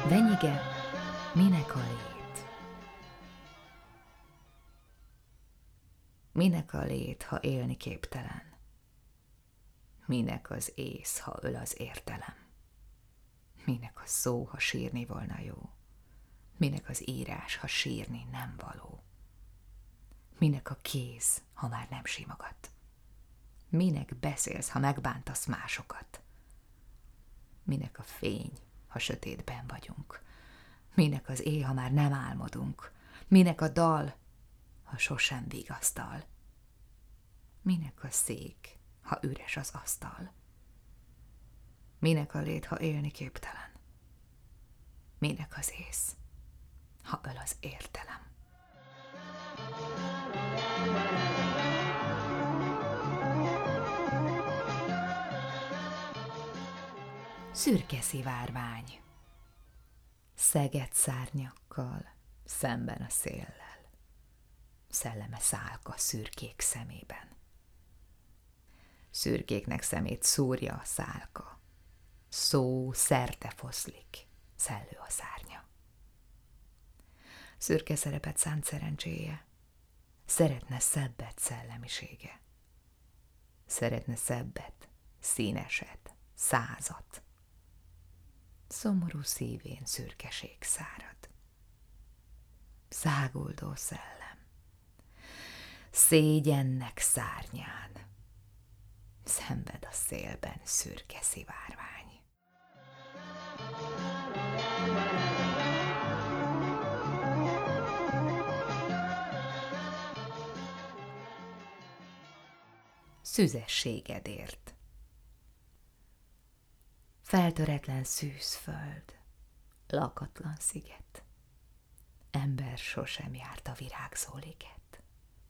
Venyige, minek a lét? Minek a lét, ha élni képtelen? Minek az ész, ha öl az értelem? Minek a szó, ha sírni volna jó? Minek az írás, ha sírni nem való? Minek a kéz, ha már nem simogat? Minek beszélsz, ha megbántasz másokat? Minek a fény, ha sötétben vagyunk? Minek az éj, ha már nem álmodunk? Minek a dal, ha sosem vigasztal? Minek a szék, ha üres az asztal? Minek a lét, ha élni képtelen? Minek az ész, ha öl az értelem? Szürke szivárvány, szegett szárnyakkal, szemben a széllel, szelleme szálka szürkék szemében. Szürkéknek szemét szúrja a szálka, szó szerte foszlik, szellő a szárnya. Szürke szerepet szánt szerencséje, szeretne szebbet szellemisége. Szeretne szebbet, színeset, százat. Szomorú szívén szürkeség szárad. Száguldó szellem, szégyennek szárnyán, szenved a szélben szürke szivárvány. Szüzességedért. Feltöretlen szűzföld, lakatlan sziget, ember sosem járt a virágzó liget.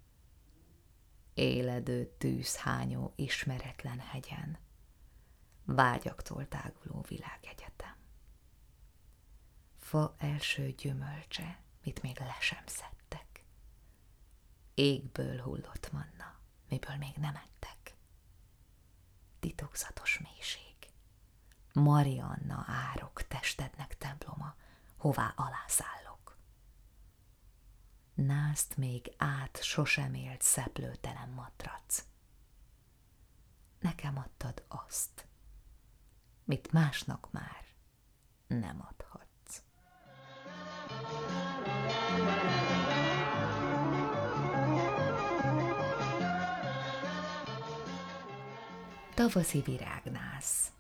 Éledő tűzhányó ismeretlen hegyen, vágyaktól táguló világegyetem. Fa első gyümölcse, mit még le sem szedtek. Égből hullott manna, miből még nem ettek. Titokzatos mélység, Marianna árok testednek temploma, hová alászállok. Nászt még át sosem élt szeplőtelen matrac. Nekem adtad azt, mit másnak már nem adhatsz. Tavaszi virágnász.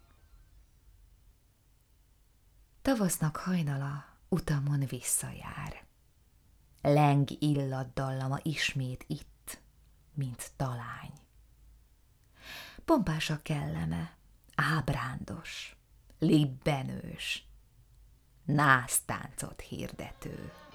Tavasznak hajnala utamon visszajár. Leng illat dallama ismét itt, mint talány. Pompás a kelleme, ábrándos, libbenős, násztáncot hirdető.